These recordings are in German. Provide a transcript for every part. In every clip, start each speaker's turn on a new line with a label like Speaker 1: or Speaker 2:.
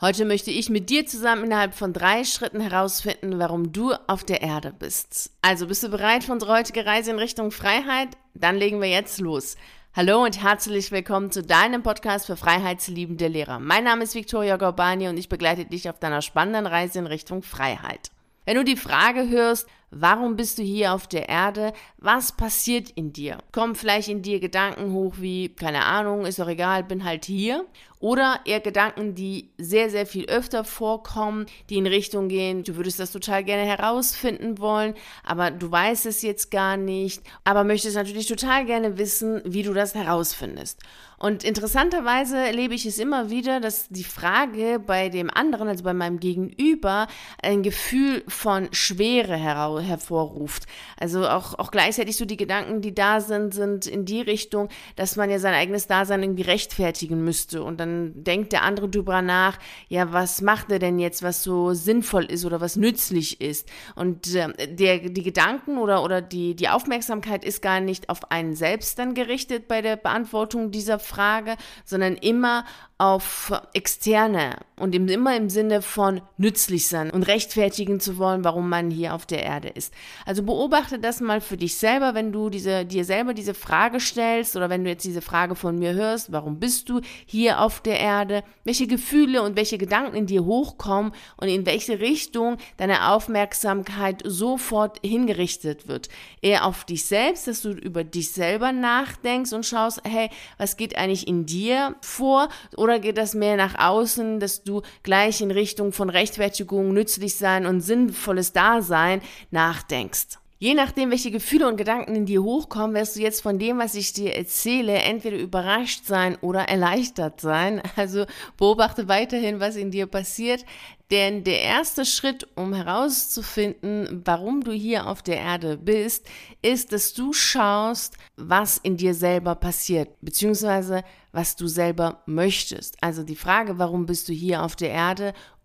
Speaker 1: Heute möchte ich mit dir zusammen innerhalb von 3 Schritten herausfinden, warum du auf der Erde bist. Also bist du bereit für unsere heutige Reise in Richtung Freiheit? Dann legen wir jetzt los. Hallo und herzlich willkommen zu deinem Podcast für freiheitsliebende Lehrer. Mein Name ist Viktoria Gorbani und ich begleite dich auf deiner spannenden Reise in Richtung Freiheit. Wenn du die Frage hörst, warum bist du hier auf der Erde? Was passiert in dir? Kommen vielleicht in dir Gedanken hoch wie, keine Ahnung, ist doch egal, bin halt hier? Oder eher Gedanken, die sehr, sehr viel öfter vorkommen, die in Richtung gehen, du würdest das total gerne herausfinden wollen, aber du weißt es jetzt gar nicht, aber möchtest natürlich total gerne wissen, wie du das herausfindest. Und interessanterweise erlebe ich es immer wieder, dass die Frage bei dem anderen, also bei meinem Gegenüber, ein Gefühl von Schwere hervorruft. Also auch gleichzeitig so die Gedanken, die da sind in die Richtung, dass man ja sein eigenes Dasein irgendwie rechtfertigen müsste. Und dann denkt der andere drüber nach, ja, was macht er denn jetzt, was so sinnvoll ist oder was nützlich ist? Und die Gedanken oder die Aufmerksamkeit ist gar nicht auf einen selbst dann gerichtet bei der Beantwortung dieser Frage, sondern immer auf Externe und immer im Sinne von nützlich sein und rechtfertigen zu wollen, warum man hier auf der Erde ist. Also beobachte das mal für dich selber, wenn du dir selber diese Frage stellst oder wenn du jetzt diese Frage von mir hörst, warum bist du hier auf der Erde, welche Gefühle und welche Gedanken in dir hochkommen und in welche Richtung deine Aufmerksamkeit sofort hingerichtet wird. Eher auf dich selbst, dass du über dich selber nachdenkst und schaust, hey, was geht eigentlich in dir vor? Oder geht das mehr nach außen, dass du gleich in Richtung von Rechtfertigung, nützlich sein und sinnvolles Dasein nachdenkst? Je nachdem, welche Gefühle und Gedanken in dir hochkommen, wirst du jetzt von dem, was ich dir erzähle, entweder überrascht sein oder erleichtert sein. Also beobachte weiterhin, was in dir passiert. Denn der erste Schritt, um herauszufinden, warum du hier auf der Erde bist, ist, dass du schaust, was in dir selber passiert, beziehungsweise was du selber möchtest. Also die Frage, warum bist du hier auf der Erde, um ...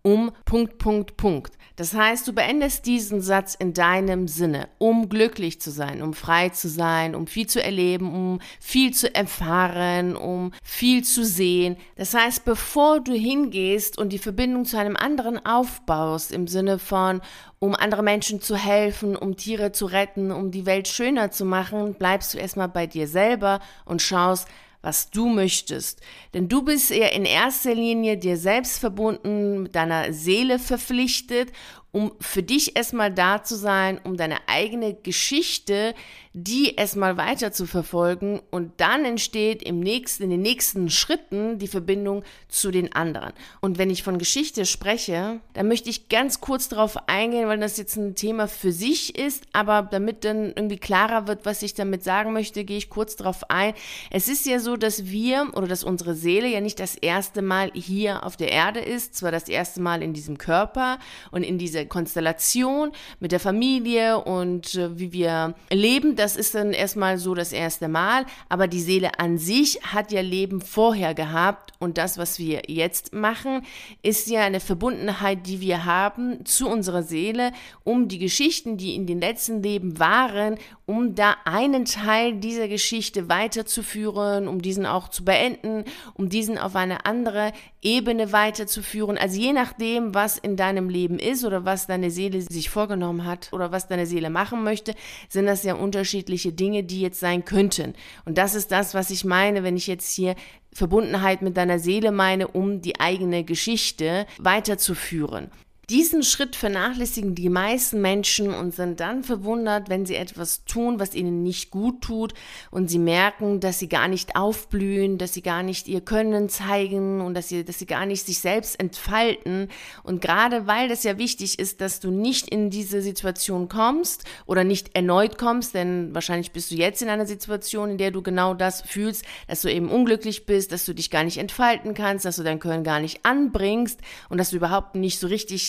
Speaker 1: Das heißt, du beendest diesen Satz in deinem Sinne, um glücklich zu sein, um frei zu sein, um viel zu erleben, um viel zu erfahren, um viel zu sehen. Das heißt, bevor du hingehst und die Verbindung zu einem anderen aufbaust, im Sinne von, um andere Menschen zu helfen, um Tiere zu retten, um die Welt schöner zu machen, bleibst du erstmal bei dir selber und schaust, was du möchtest. Denn du bist eher in erster Linie dir selbst verbunden, mit deiner Seele verpflichtet, um für dich erstmal da zu sein, um deine eigene Geschichte, die erstmal weiter zu verfolgen, und dann entsteht in den nächsten Schritten die Verbindung zu den anderen. Und wenn ich von Geschichte spreche, dann möchte ich ganz kurz darauf eingehen, weil das jetzt ein Thema für sich ist, aber damit dann irgendwie klarer wird, was ich damit sagen möchte, gehe ich kurz darauf ein. Es ist ja so, dass dass unsere Seele ja nicht das erste Mal hier auf der Erde ist, zwar das erste Mal in diesem Körper und in dieser Konstellation mit der Familie und wie wir leben, das ist dann erstmal so das erste Mal, aber die Seele an sich hat ja Leben vorher gehabt und das, was wir jetzt machen, ist ja eine Verbundenheit, die wir haben zu unserer Seele, um die Geschichten, die in den letzten Leben waren, um da einen Teil dieser Geschichte weiterzuführen, um diesen auch zu beenden, um diesen auf eine andere Ebene weiterzuführen. Also je nachdem, was in deinem Leben ist oder was deine Seele sich vorgenommen hat oder was deine Seele machen möchte, sind das ja unterschiedliche Dinge, die jetzt sein könnten. Und das ist das, was ich meine, wenn ich jetzt hier Verbundenheit mit deiner Seele meine, um die eigene Geschichte weiterzuführen. Diesen Schritt vernachlässigen die meisten Menschen und sind dann verwundert, wenn sie etwas tun, was ihnen nicht gut tut und sie merken, dass sie gar nicht aufblühen, dass sie gar nicht ihr Können zeigen und dass sie gar nicht sich selbst entfalten. Und gerade weil das ja wichtig ist, dass du nicht in diese Situation kommst oder nicht erneut kommst, denn wahrscheinlich bist du jetzt in einer Situation, in der du genau das fühlst, dass du eben unglücklich bist, dass du dich gar nicht entfalten kannst, dass du dein Können gar nicht anbringst und dass du überhaupt nicht so richtig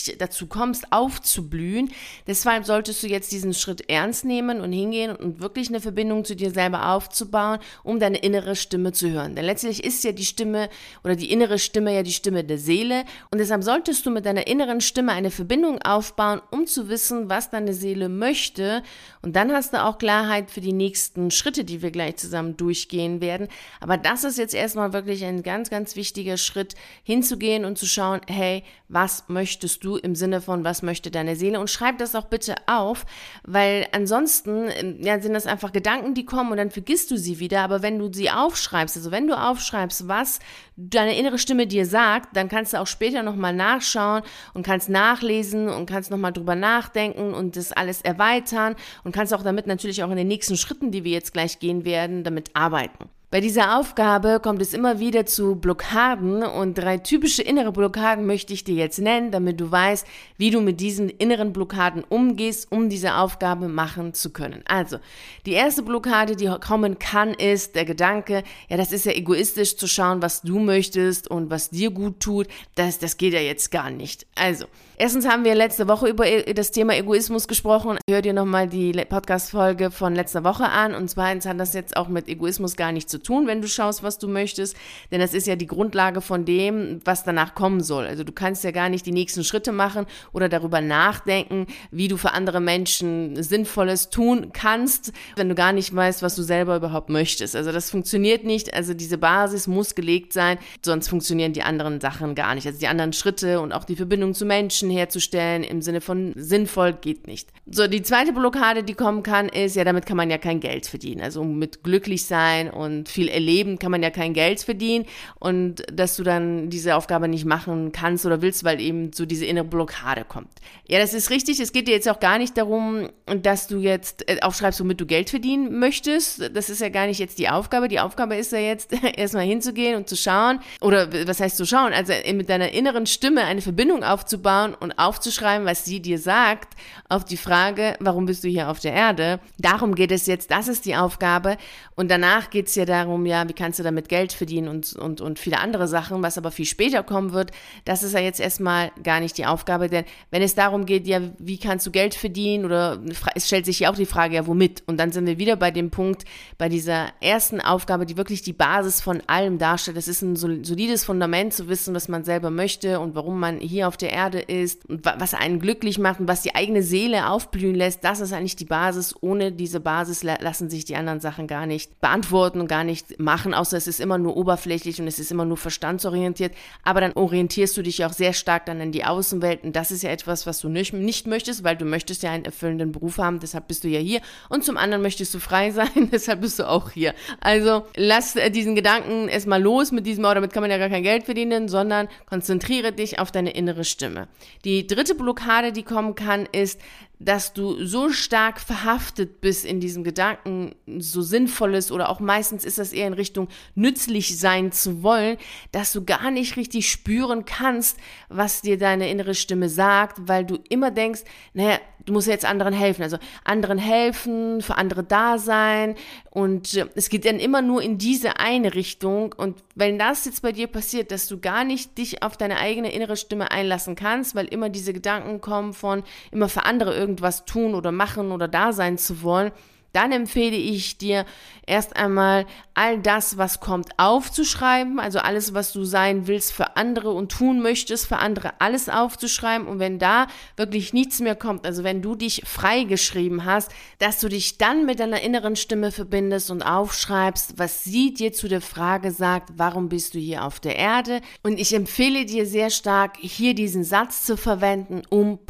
Speaker 1: wirklich dazu kommst, aufzublühen. Deshalb solltest du jetzt diesen Schritt ernst nehmen und hingehen und wirklich eine Verbindung zu dir selber aufzubauen, um deine innere Stimme zu hören. Denn letztlich ist ja die Stimme oder die innere Stimme ja die Stimme der Seele und deshalb solltest du mit deiner inneren Stimme eine Verbindung aufbauen, um zu wissen, was deine Seele möchte, und dann hast du auch Klarheit für die nächsten Schritte, die wir gleich zusammen durchgehen werden. Aber das ist jetzt erstmal wirklich ein ganz, ganz wichtiger Schritt, hinzugehen und zu schauen, hey, was möchtest du im Sinne von, was möchte deine Seele? Und schreib das auch bitte auf, weil ansonsten sind das einfach Gedanken, die kommen und dann vergisst du sie wieder. Aber wenn du sie aufschreibst, also wenn du aufschreibst, was deine innere Stimme dir sagt, dann kannst du auch später nochmal nachschauen und kannst nachlesen und kannst nochmal drüber nachdenken und das alles erweitern und kannst auch damit natürlich auch in den nächsten Schritten, die wir jetzt gleich gehen werden, damit arbeiten. Bei dieser Aufgabe kommt es immer wieder zu Blockaden und 3 typische innere Blockaden möchte ich dir jetzt nennen, damit du weißt, wie du mit diesen inneren Blockaden umgehst, um diese Aufgabe machen zu können. Also, die erste Blockade, die kommen kann, ist der Gedanke, ja, das ist ja egoistisch zu schauen, was du möchtest und was dir gut tut, das geht ja jetzt gar nicht. Also, erstens haben wir letzte Woche über das Thema Egoismus gesprochen. Hör dir nochmal die Podcast-Folge von letzter Woche an. Und zweitens hat das jetzt auch mit Egoismus gar nichts zu tun, wenn du schaust, was du möchtest. Denn das ist ja die Grundlage von dem, was danach kommen soll. Also du kannst ja gar nicht die nächsten Schritte machen oder darüber nachdenken, wie du für andere Menschen Sinnvolles tun kannst, wenn du gar nicht weißt, was du selber überhaupt möchtest. Also das funktioniert nicht. Also diese Basis muss gelegt sein, sonst funktionieren die anderen Sachen gar nicht. Also die anderen Schritte und auch die Verbindung zu Menschen herzustellen im Sinne von sinnvoll geht nicht. So, die zweite Blockade, die kommen kann, ist, ja, damit kann man ja kein Geld verdienen. Also mit glücklich sein und viel erleben kann man ja kein Geld verdienen und dass du dann diese Aufgabe nicht machen kannst oder willst, weil eben so diese innere Blockade kommt. Ja, das ist richtig. Es geht dir jetzt auch gar nicht darum, dass du jetzt aufschreibst, womit du Geld verdienen möchtest. Das ist ja gar nicht jetzt die Aufgabe. Die Aufgabe ist ja jetzt erstmal hinzugehen und zu schauen, oder was heißt zu schauen? Also mit deiner inneren Stimme eine Verbindung aufzubauen und aufzuschreiben, was sie dir sagt, auf die Frage, warum bist du hier auf der Erde? Darum geht es jetzt, das ist die Aufgabe. Und danach geht es ja darum, ja, wie kannst du damit Geld verdienen und viele andere Sachen, was aber viel später kommen wird. Das ist ja jetzt erstmal gar nicht die Aufgabe, denn wenn es darum geht, ja, wie kannst du Geld verdienen oder es stellt sich ja auch die Frage, ja, womit? Und dann sind wir wieder bei dem Punkt, bei dieser ersten Aufgabe, die wirklich die Basis von allem darstellt. Das ist ein solides Fundament zu wissen, was man selber möchte und warum man hier auf der Erde ist und was einen glücklich macht und was die eigene Seele aufblühen lässt. Das ist eigentlich die Basis. Ohne diese Basis lassen sich die anderen Sachen gar nicht beantworten und gar nicht machen, außer es ist immer nur oberflächlich und es ist immer nur verstandsorientiert. Aber dann orientierst du dich auch sehr stark dann in die Außenwelt und das ist ja etwas, was du nicht möchtest, weil du möchtest ja einen erfüllenden Beruf haben, deshalb bist du ja hier und zum anderen möchtest du frei sein, deshalb bist du auch hier. Also lass diesen Gedanken erstmal los mit diesem, damit kann man ja gar kein Geld verdienen, sondern konzentriere dich auf deine innere Stimme. Die dritte Blockade, die kommen kann, ist, dass du so stark verhaftet bist in diesem Gedanken, so Sinnvolles oder auch meistens ist das eher in Richtung nützlich sein zu wollen, dass du gar nicht richtig spüren kannst, was dir deine innere Stimme sagt, weil du immer denkst, naja, du musst jetzt anderen helfen, also anderen helfen, für andere da sein und es geht dann immer nur in diese eine Richtung und wenn das jetzt bei dir passiert, dass du gar nicht dich auf deine eigene innere Stimme einlassen kannst, weil immer diese Gedanken kommen von immer für andere irgendwas tun oder machen oder da sein zu wollen, dann empfehle ich dir erst einmal all das, was kommt, aufzuschreiben, also alles, was du sein willst für andere und tun möchtest für andere, alles aufzuschreiben und wenn da wirklich nichts mehr kommt, also wenn du dich freigeschrieben hast, dass du dich dann mit deiner inneren Stimme verbindest und aufschreibst, was sie dir zu der Frage sagt, warum bist du hier auf der Erde? Und ich empfehle dir sehr stark, hier diesen Satz zu verwenden,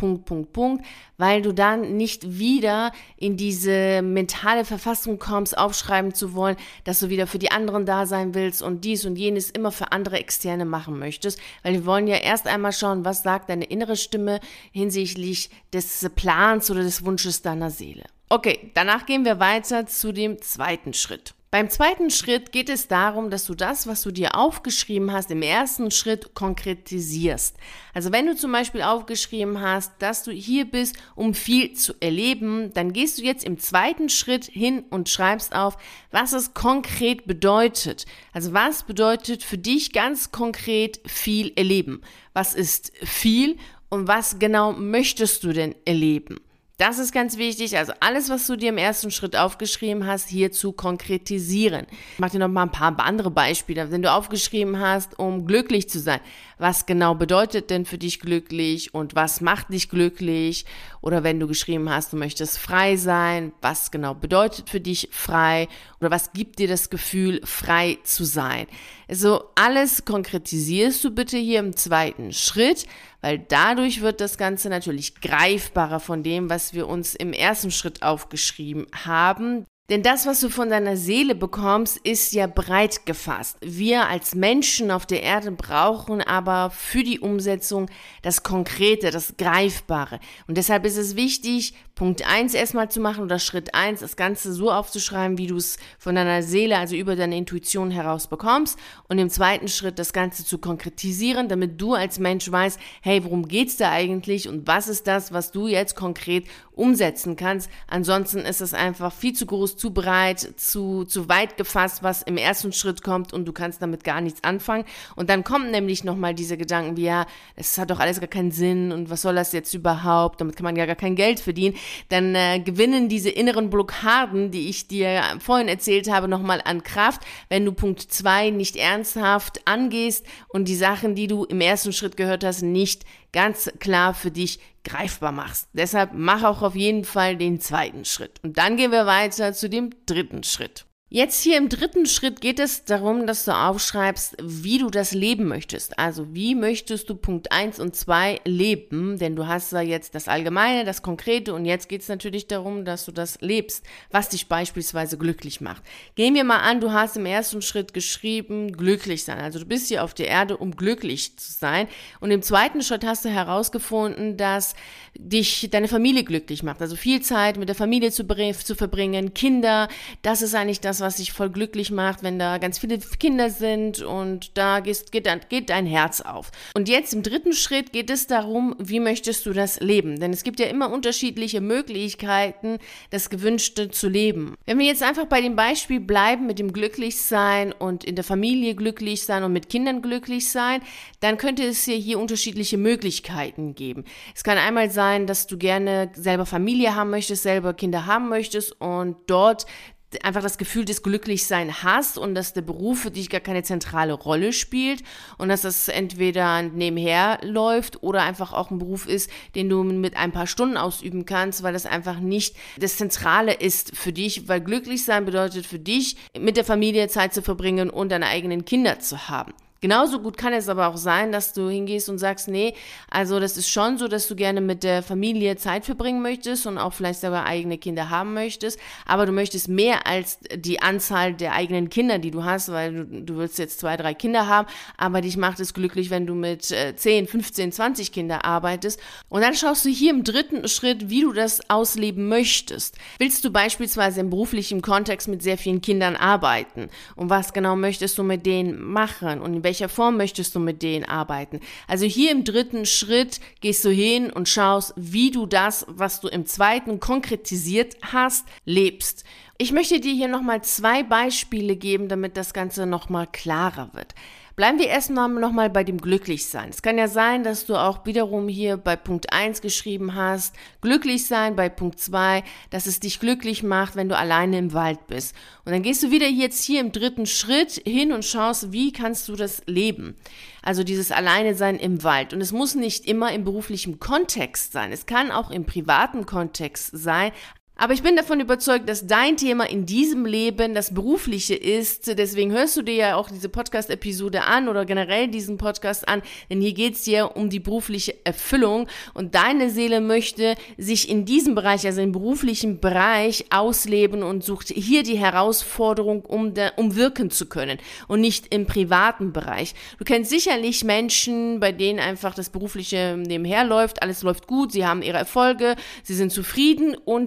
Speaker 1: weil du dann nicht wieder in diese mentale Verfassung kommst, aufschreiben zu wollen, dass du wieder für die anderen da sein willst und dies und jenes immer für andere Externe machen möchtest, weil wir wollen ja erst einmal schauen, was sagt deine innere Stimme hinsichtlich des Plans oder des Wunsches deiner Seele. Okay, danach gehen wir weiter zu dem zweiten Schritt. Beim zweiten Schritt geht es darum, dass du das, was du dir aufgeschrieben hast, im ersten Schritt konkretisierst. Also wenn du zum Beispiel aufgeschrieben hast, dass du hier bist, um viel zu erleben, dann gehst du jetzt im zweiten Schritt hin und schreibst auf, was es konkret bedeutet. Also was bedeutet für dich ganz konkret viel erleben? Was ist viel und was genau möchtest du denn erleben? Das ist ganz wichtig, also alles, was du dir im ersten Schritt aufgeschrieben hast, hier zu konkretisieren. Ich mache dir noch mal ein paar andere Beispiele. Wenn du aufgeschrieben hast, um glücklich zu sein, was genau bedeutet denn für dich glücklich und was macht dich glücklich? Oder wenn du geschrieben hast, du möchtest frei sein, was genau bedeutet für dich frei? Oder was gibt dir das Gefühl, frei zu sein? Also alles konkretisierst du bitte hier im zweiten Schritt, weil dadurch wird das Ganze natürlich greifbarer von dem, was wir uns im ersten Schritt aufgeschrieben haben. Denn das, was du von deiner Seele bekommst, ist ja breit gefasst. Wir als Menschen auf der Erde brauchen aber für die Umsetzung das Konkrete, das Greifbare. Und deshalb ist es wichtig, Punkt 1 erstmal zu machen oder Schritt 1, das Ganze so aufzuschreiben, wie du es von deiner Seele, also über deine Intuition heraus bekommst. Und im zweiten Schritt das Ganze zu konkretisieren, damit du als Mensch weißt, hey, worum geht's da eigentlich und was ist das, was du jetzt konkret umsetzen kannst. Ansonsten ist es einfach viel zu groß, zu breit, zu weit gefasst, was im ersten Schritt kommt und du kannst damit gar nichts anfangen. Und dann kommen nämlich nochmal diese Gedanken wie, ja, es hat doch alles gar keinen Sinn und was soll das jetzt überhaupt? Damit kann man ja gar kein Geld verdienen. Dann gewinnen diese inneren Blockaden, die ich dir vorhin erzählt habe, nochmal an Kraft, wenn du Punkt 2 nicht ernsthaft angehst und die Sachen, die du im ersten Schritt gehört hast, nicht ganz klar für dich greifbar machst. Deshalb mach auch auf jeden Fall den zweiten Schritt. Und dann gehen wir weiter zu dem dritten Schritt. Jetzt hier im dritten Schritt geht es darum, dass du aufschreibst, wie du das leben möchtest. Also wie möchtest du Punkt 1 und 2 leben? Denn du hast da jetzt das Allgemeine, das Konkrete und jetzt geht es natürlich darum, dass du das lebst, was dich beispielsweise glücklich macht. Gehen wir mal an, du hast im ersten Schritt geschrieben, glücklich sein. Also du bist hier auf der Erde, um glücklich zu sein. Und im zweiten Schritt hast du herausgefunden, dass dich deine Familie glücklich macht. Also viel Zeit mit der Familie zu verbringen, Kinder, das ist eigentlich das, was dich voll glücklich macht, wenn da ganz viele Kinder sind und da geht dein Herz auf. Und jetzt im dritten Schritt geht es darum, wie möchtest du das leben? Denn es gibt ja immer unterschiedliche Möglichkeiten, das Gewünschte zu leben. Wenn wir jetzt einfach bei dem Beispiel bleiben mit dem Glücklichsein und in der Familie glücklich sein und mit Kindern glücklich sein, dann könnte es hier unterschiedliche Möglichkeiten geben. Es kann einmal sein, dass du gerne selber Familie haben möchtest, selber Kinder haben möchtest und dort einfach das Gefühl des Glücklichseins hast und dass der Beruf für dich gar keine zentrale Rolle spielt und dass das entweder nebenher läuft oder einfach auch ein Beruf ist, den du mit ein paar Stunden ausüben kannst, weil das einfach nicht das Zentrale ist für dich, weil glücklich sein bedeutet für dich, mit der Familie Zeit zu verbringen und deine eigenen Kinder zu haben. Genauso gut kann es aber auch sein, dass du hingehst und sagst, nee, also das ist schon so, dass du gerne mit der Familie Zeit verbringen möchtest und auch vielleicht sogar eigene Kinder haben möchtest, aber du möchtest mehr als die Anzahl der eigenen Kinder, die du hast, weil du willst jetzt 2, 3 Kinder haben, aber dich macht es glücklich, wenn du mit 10, 15, 20 Kinder arbeitest. Und dann schaust du hier im dritten Schritt, wie du das ausleben möchtest. Willst du beispielsweise im beruflichen Kontext mit sehr vielen Kindern arbeiten? Und was genau möchtest du mit denen machen? Und in welcher Form möchtest du mit denen arbeiten? Also hier im dritten Schritt gehst du hin und schaust, wie du das, was du im zweiten konkretisiert hast, lebst. Ich möchte dir hier nochmal 2 Beispiele geben, damit das Ganze nochmal klarer wird. Bleiben wir erstmal nochmal bei dem Glücklichsein. Es kann ja sein, dass du auch wiederum hier bei Punkt 1 geschrieben hast, glücklich sein, bei Punkt 2, dass es dich glücklich macht, wenn du alleine im Wald bist. Und dann gehst du wieder jetzt hier im dritten Schritt hin und schaust, wie kannst du das leben? Also dieses Alleine-Sein im Wald. Und es muss nicht immer im beruflichen Kontext sein. Es kann auch im privaten Kontext sein. Aber ich bin davon überzeugt, dass dein Thema in diesem Leben das Berufliche ist. Deswegen hörst du dir ja auch diese Podcast-Episode an oder generell diesen Podcast an, denn hier geht's dir um die berufliche Erfüllung und deine Seele möchte sich in diesem Bereich, also im beruflichen Bereich, ausleben und sucht hier die Herausforderung, um wirken zu können und nicht im privaten Bereich. Du kennst sicherlich Menschen, bei denen einfach das Berufliche nebenher läuft, alles läuft gut, sie haben ihre Erfolge, sie sind zufrieden und sie haben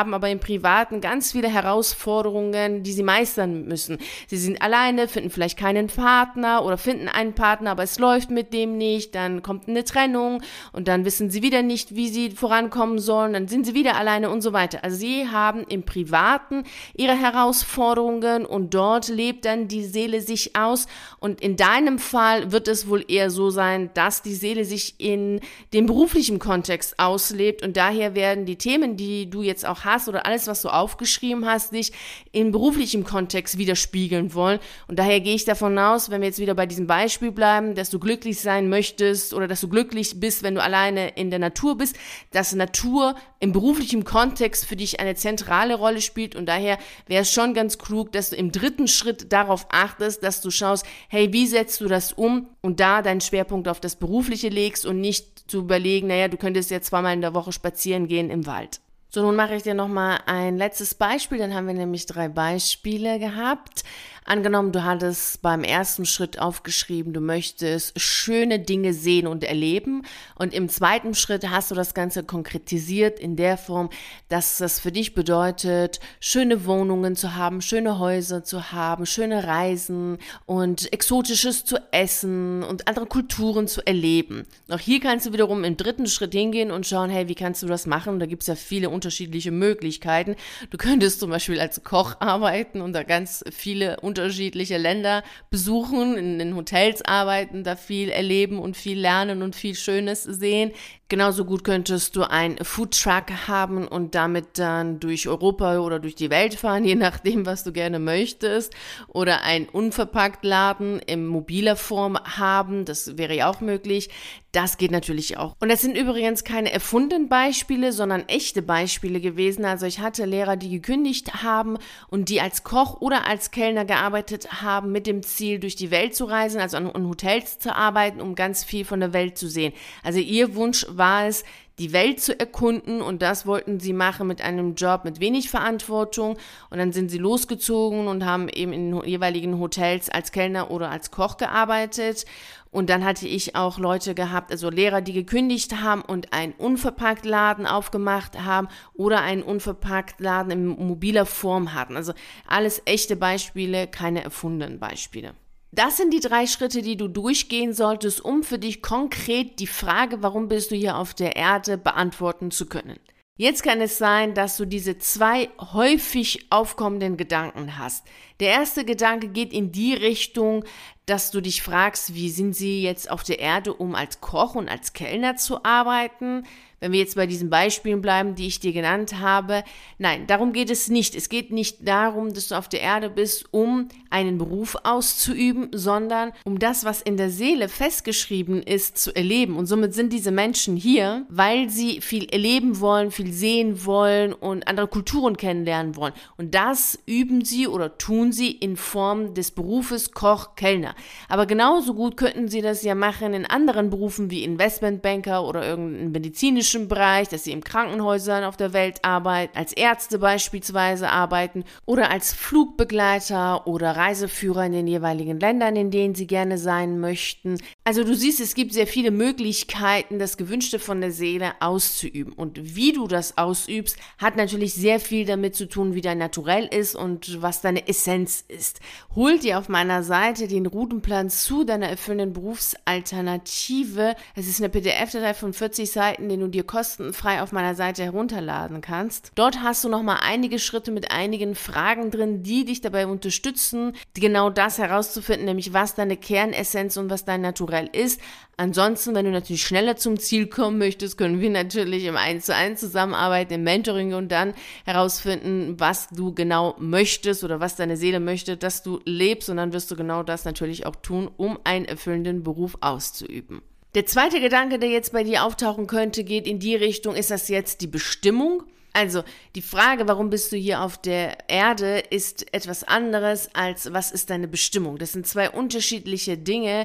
Speaker 1: haben aber im Privaten ganz viele Herausforderungen, die sie meistern müssen. Sie sind alleine, finden vielleicht keinen Partner oder finden einen Partner, aber es läuft mit dem nicht, dann kommt eine Trennung und dann wissen sie wieder nicht, wie sie vorankommen sollen, dann sind sie wieder alleine und so weiter. Also sie haben im Privaten ihre Herausforderungen und dort lebt dann die Seele sich aus und in deinem Fall wird es wohl eher so sein, dass die Seele sich in dem beruflichen Kontext auslebt und daher werden die Themen, die du jetzt auch hast oder alles, was du aufgeschrieben hast, dich in beruflichem Kontext widerspiegeln wollen und daher gehe ich davon aus, wenn wir jetzt wieder bei diesem Beispiel bleiben, dass du glücklich sein möchtest oder dass du glücklich bist, wenn du alleine in der Natur bist, dass Natur im beruflichen Kontext für dich eine zentrale Rolle spielt und daher wäre es schon ganz klug, dass du im dritten Schritt darauf achtest, dass du schaust, hey, wie setzt du das um und da deinen Schwerpunkt auf das Berufliche legst und nicht zu überlegen, naja, du könntest jetzt zweimal in der Woche spazieren gehen im Wald. So, nun mache ich dir nochmal ein letztes Beispiel, dann haben wir nämlich 3 Beispiele gehabt. Angenommen, du hattest beim ersten Schritt aufgeschrieben, du möchtest schöne Dinge sehen und erleben und im zweiten Schritt hast du das Ganze konkretisiert in der Form, dass das für dich bedeutet, schöne Wohnungen zu haben, schöne Häuser zu haben, schöne Reisen und Exotisches zu essen und andere Kulturen zu erleben. Auch hier kannst du wiederum im dritten Schritt hingehen und schauen, hey, wie kannst du das machen? Da gibt es ja viele unterschiedliche Möglichkeiten. Du könntest zum Beispiel als Koch arbeiten und da ganz viele unterschiedliche Länder besuchen, in den Hotels arbeiten, da viel erleben und viel lernen und viel Schönes sehen. Genauso gut könntest du einen Foodtruck haben und damit dann durch Europa oder durch die Welt fahren, je nachdem, was du gerne möchtest. Oder einen Unverpacktladen in mobiler Form haben, das wäre ja auch möglich. Das geht natürlich auch. Und das sind übrigens keine erfundenen Beispiele, sondern echte Beispiele gewesen. Also ich hatte Lehrer, die gekündigt haben und die als Koch oder als Kellner gearbeitet haben mit dem Ziel, durch die Welt zu reisen, also an Hotels zu arbeiten, um ganz viel von der Welt zu sehen. Also ihr Wunsch war es, die Welt zu erkunden und das wollten sie machen mit einem Job mit wenig Verantwortung und dann sind sie losgezogen und haben eben in den jeweiligen Hotels als Kellner oder als Koch gearbeitet und dann hatte ich auch Leute gehabt, also Lehrer, die gekündigt haben und einen Unverpacktladen aufgemacht haben oder einen Unverpacktladen in mobiler Form hatten. Also alles echte Beispiele, keine erfundenen Beispiele. Das sind die 3 Schritte, die du durchgehen solltest, um für dich konkret die Frage, warum bist du hier auf der Erde, beantworten zu können. Jetzt kann es sein, dass du diese 2 häufig aufkommenden Gedanken hast. Der erste Gedanke geht in die Richtung, dass du dich fragst, wie sind sie jetzt auf der Erde, um als Koch und als Kellner zu arbeiten? Wenn wir jetzt bei diesen Beispielen bleiben, die ich dir genannt habe, nein, darum geht es nicht. Es geht nicht darum, dass du auf der Erde bist, um einen Beruf auszuüben, sondern um das, was in der Seele festgeschrieben ist, zu erleben. Und somit sind diese Menschen hier, weil sie viel erleben wollen, viel sehen wollen und andere Kulturen kennenlernen wollen. Und das üben sie oder tun sie in Form des Berufes Koch, Kellner. Aber genauso gut könnten sie das ja machen in anderen Berufen wie Investmentbanker oder irgendeinem medizinischen Bereich, dass sie in Krankenhäusern auf der Welt arbeiten, als Ärzte beispielsweise arbeiten oder als Flugbegleiter oder Reiseführer in den jeweiligen Ländern, in denen sie gerne sein möchten. Also du siehst, es gibt sehr viele Möglichkeiten, das Gewünschte von der Seele auszuüben. Und wie du das ausübst, hat natürlich sehr viel damit zu tun, wie dein Naturell ist und was deine Essenz ist. Hol dir auf meiner Seite den Routenplan zu deiner erfüllenden Berufsalternative. Es ist eine PDF-Datei von 40 Seiten, den du dir kostenfrei auf meiner Seite herunterladen kannst. Dort hast du nochmal einige Schritte mit einigen Fragen drin, die dich dabei unterstützen, genau das herauszufinden, nämlich was deine Kernessenz und was dein Naturell ist. Ansonsten, wenn du natürlich schneller zum Ziel kommen möchtest, können wir natürlich im 1:1 zusammenarbeiten, im Mentoring und dann herausfinden, was du genau möchtest oder was deine Seele möchte, dass du lebst und dann wirst du genau das natürlich auch tun, um einen erfüllenden Beruf auszuüben. Der zweite Gedanke, der jetzt bei dir auftauchen könnte, geht in die Richtung, ist das jetzt die Bestimmung? Also die Frage, warum bist du hier auf der Erde, ist etwas anderes als was ist deine Bestimmung. Das sind 2 unterschiedliche Dinge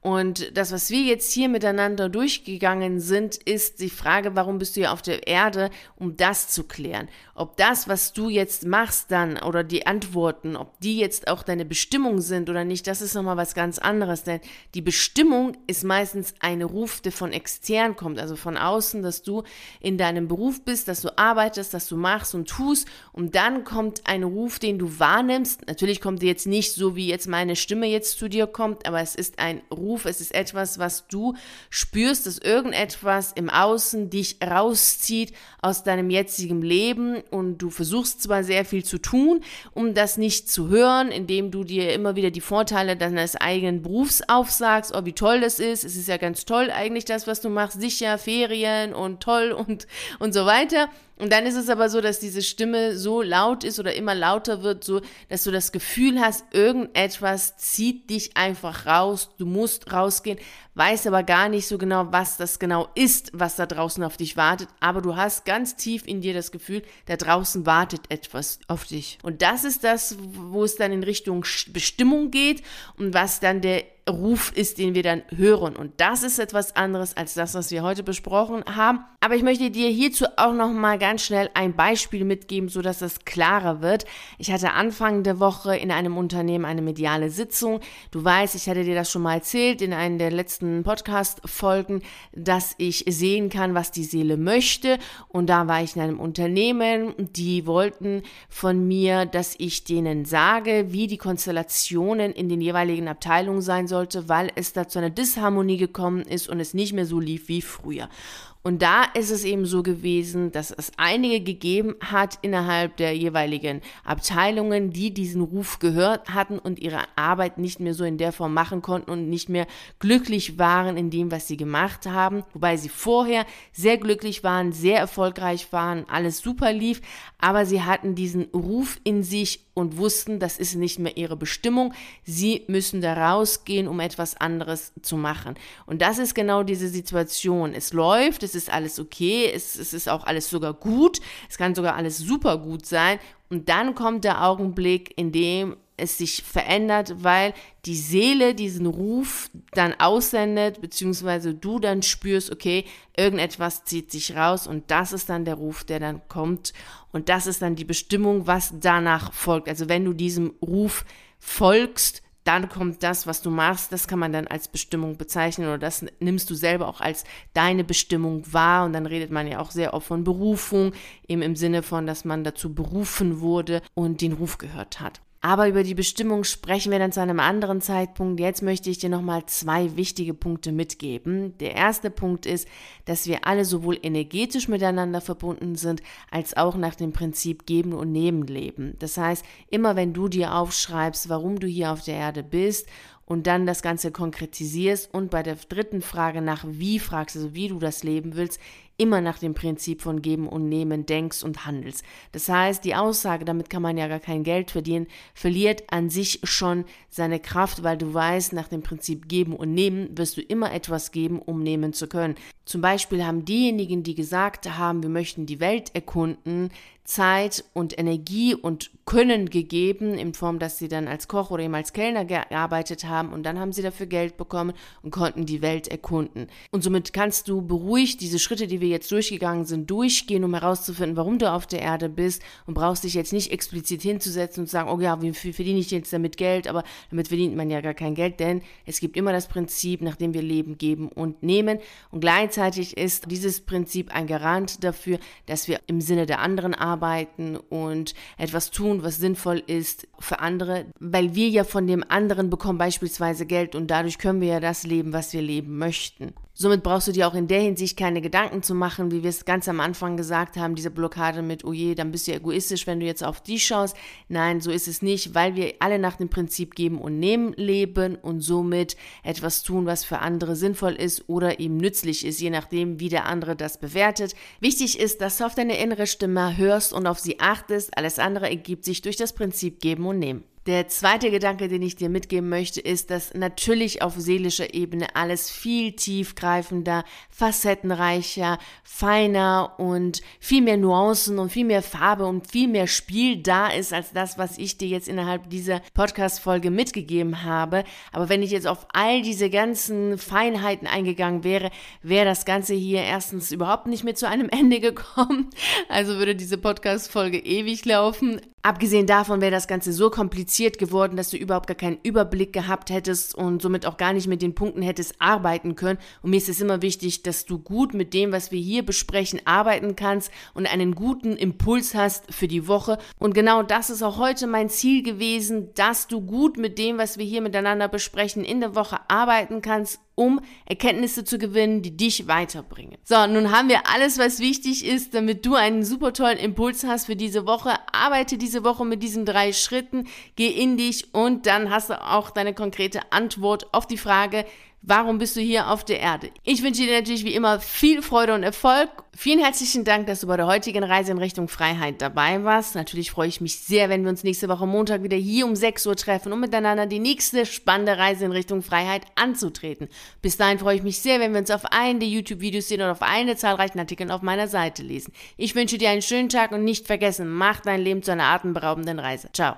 Speaker 1: Und das, was wir jetzt hier miteinander durchgegangen sind, ist die Frage, warum bist du hier auf der Erde, um das zu klären. Ob das, was du jetzt machst dann oder die Antworten, ob die jetzt auch deine Bestimmung sind oder nicht, das ist nochmal was ganz anderes. Denn die Bestimmung ist meistens ein Ruf, der von extern kommt, also von außen, dass du in deinem Beruf bist, dass du arbeitest, dass du machst und tust. Und dann kommt ein Ruf, den du wahrnimmst. Natürlich kommt der jetzt nicht so, wie jetzt meine Stimme jetzt zu dir kommt, aber es ist ein Ruf. Es ist etwas, was du spürst, dass irgendetwas im Außen dich rauszieht aus deinem jetzigen Leben und du versuchst zwar sehr viel zu tun, um das nicht zu hören, indem du dir immer wieder die Vorteile deines eigenen Berufs aufsagst, oh wie toll das ist, es ist ja ganz toll eigentlich das, was du machst, sicher, Ferien und toll und so weiter. Und dann ist es aber so, dass diese Stimme so laut ist oder immer lauter wird, so dass du das Gefühl hast, irgendetwas zieht dich einfach raus, du musst rausgehen, weißt aber gar nicht so genau, was das genau ist, was da draußen auf dich wartet, aber du hast ganz tief in dir das Gefühl, da draußen wartet etwas auf dich. Und das ist das, wo es dann in Richtung Bestimmung geht und was dann der Ruf ist, den wir dann hören. Und das ist etwas anderes als das, was wir heute besprochen haben. Aber ich möchte dir hierzu auch noch mal ganz schnell ein Beispiel mitgeben, sodass das klarer wird. Ich hatte Anfang der Woche in einem Unternehmen eine mediale Sitzung. Du weißt, ich hatte dir das schon mal erzählt in einer der letzten Podcast-Folgen, dass ich sehen kann, was die Seele möchte. Und da war ich in einem Unternehmen, die wollten von mir, dass ich denen sage, wie die Konstellationen in den jeweiligen Abteilungen sein sollte, weil es da zu einer Disharmonie gekommen ist und es nicht mehr so lief wie früher. Und da ist es eben so gewesen, dass es einige gegeben hat innerhalb der jeweiligen Abteilungen, die diesen Ruf gehört hatten und ihre Arbeit nicht mehr so in der Form machen konnten und nicht mehr glücklich waren in dem, was sie gemacht haben. Wobei sie vorher sehr glücklich waren, sehr erfolgreich waren, alles super lief, aber sie hatten diesen Ruf in sich und wussten, das ist nicht mehr ihre Bestimmung. Sie müssen da rausgehen, um etwas anderes zu machen. Und das ist genau diese Situation. Es läuft, es ist alles okay, es ist auch alles sogar gut, es kann sogar alles super gut sein. Und dann kommt der Augenblick, in dem es sich verändert, weil die Seele diesen Ruf dann aussendet, beziehungsweise du dann spürst, okay, irgendetwas zieht sich raus und das ist dann der Ruf, der dann kommt und das ist dann die Bestimmung, was danach folgt. Also wenn du diesem Ruf folgst, dann kommt das, was du machst, das kann man dann als Bestimmung bezeichnen oder das nimmst du selber auch als deine Bestimmung wahr und dann redet man ja auch sehr oft von Berufung, eben im Sinne von, dass man dazu berufen wurde und den Ruf gehört hat. Aber über die Bestimmung sprechen wir dann zu einem anderen Zeitpunkt. Jetzt möchte ich dir nochmal 2 wichtige Punkte mitgeben. Der erste Punkt ist, dass wir alle sowohl energetisch miteinander verbunden sind, als auch nach dem Prinzip Geben und Nehmen leben. Das heißt, immer wenn du dir aufschreibst, warum du hier auf der Erde bist und dann das Ganze konkretisierst und bei der dritten Frage nach wie fragst, also wie du das leben willst, immer nach dem Prinzip von Geben und Nehmen denkst und handelst. Das heißt, die Aussage, damit kann man ja gar kein Geld verdienen, verliert an sich schon seine Kraft, weil du weißt, nach dem Prinzip Geben und Nehmen wirst du immer etwas geben, um nehmen zu können. Zum Beispiel haben diejenigen, die gesagt haben, wir möchten die Welt erkunden, Zeit und Energie und Können gegeben, in Form, dass sie dann als Koch oder eben als Kellner gearbeitet haben und dann haben sie dafür Geld bekommen und konnten die Welt erkunden. Und somit kannst du beruhigt diese Schritte, die wir jetzt durchgegangen sind, durchgehen, um herauszufinden, warum du auf der Erde bist und brauchst dich jetzt nicht explizit hinzusetzen und zu sagen, oh ja, wie viel verdiene ich jetzt damit Geld, aber damit verdient man ja gar kein Geld, denn es gibt immer das Prinzip, nach dem wir leben, geben und nehmen und gleichzeitig ist dieses Prinzip ein Garant dafür, dass wir im Sinne der anderen arbeiten und etwas tun, was sinnvoll ist für andere, weil wir ja von dem anderen bekommen beispielsweise Geld und dadurch können wir ja das leben, was wir leben möchten. Somit brauchst du dir auch in der Hinsicht keine Gedanken zu machen, wie wir es ganz am Anfang gesagt haben, diese Blockade mit, oh je, dann bist du ja egoistisch, wenn du jetzt auf die schaust. Nein, so ist es nicht, weil wir alle nach dem Prinzip Geben und Nehmen leben und somit etwas tun, was für andere sinnvoll ist oder eben nützlich ist, je nachdem, wie der andere das bewertet. Wichtig ist, dass du auf deine innere Stimme hörst und auf sie achtest. Alles andere ergibt sich durch das Prinzip Geben und Nehmen. Der zweite Gedanke, den ich dir mitgeben möchte, ist, dass natürlich auf seelischer Ebene alles viel tiefgreifender, facettenreicher, feiner und viel mehr Nuancen und viel mehr Farbe und viel mehr Spiel da ist, als das, was ich dir jetzt innerhalb dieser Podcast-Folge mitgegeben habe. Aber wenn ich jetzt auf all diese ganzen Feinheiten eingegangen wäre, wäre das Ganze hier erstens überhaupt nicht mehr zu einem Ende gekommen. Also würde diese Podcast-Folge ewig laufen. Abgesehen davon wäre das Ganze so kompliziert geworden, dass du überhaupt gar keinen Überblick gehabt hättest und somit auch gar nicht mit den Punkten hättest arbeiten können. Und mir ist es immer wichtig, dass du gut mit dem, was wir hier besprechen, arbeiten kannst und einen guten Impuls hast für die Woche. Und genau das ist auch heute mein Ziel gewesen, dass du gut mit dem, was wir hier miteinander besprechen, in der Woche arbeiten kannst, um Erkenntnisse zu gewinnen, die dich weiterbringen. So, nun haben wir alles, was wichtig ist, damit du einen super tollen Impuls hast für diese Woche. Arbeite diese Woche mit diesen 3 Schritten, geh in dich und dann hast du auch deine konkrete Antwort auf die Frage, warum bist du hier auf der Erde? Ich wünsche dir natürlich wie immer viel Freude und Erfolg. Vielen herzlichen Dank, dass du bei der heutigen Reise in Richtung Freiheit dabei warst. Natürlich freue ich mich sehr, wenn wir uns nächste Woche Montag wieder hier um 6 Uhr treffen, um miteinander die nächste spannende Reise in Richtung Freiheit anzutreten. Bis dahin freue ich mich sehr, wenn wir uns auf einen der YouTube-Videos sehen oder auf einen der zahlreichen Artikel auf meiner Seite lesen. Ich wünsche dir einen schönen Tag und nicht vergessen, mach dein Leben zu einer atemberaubenden Reise. Ciao.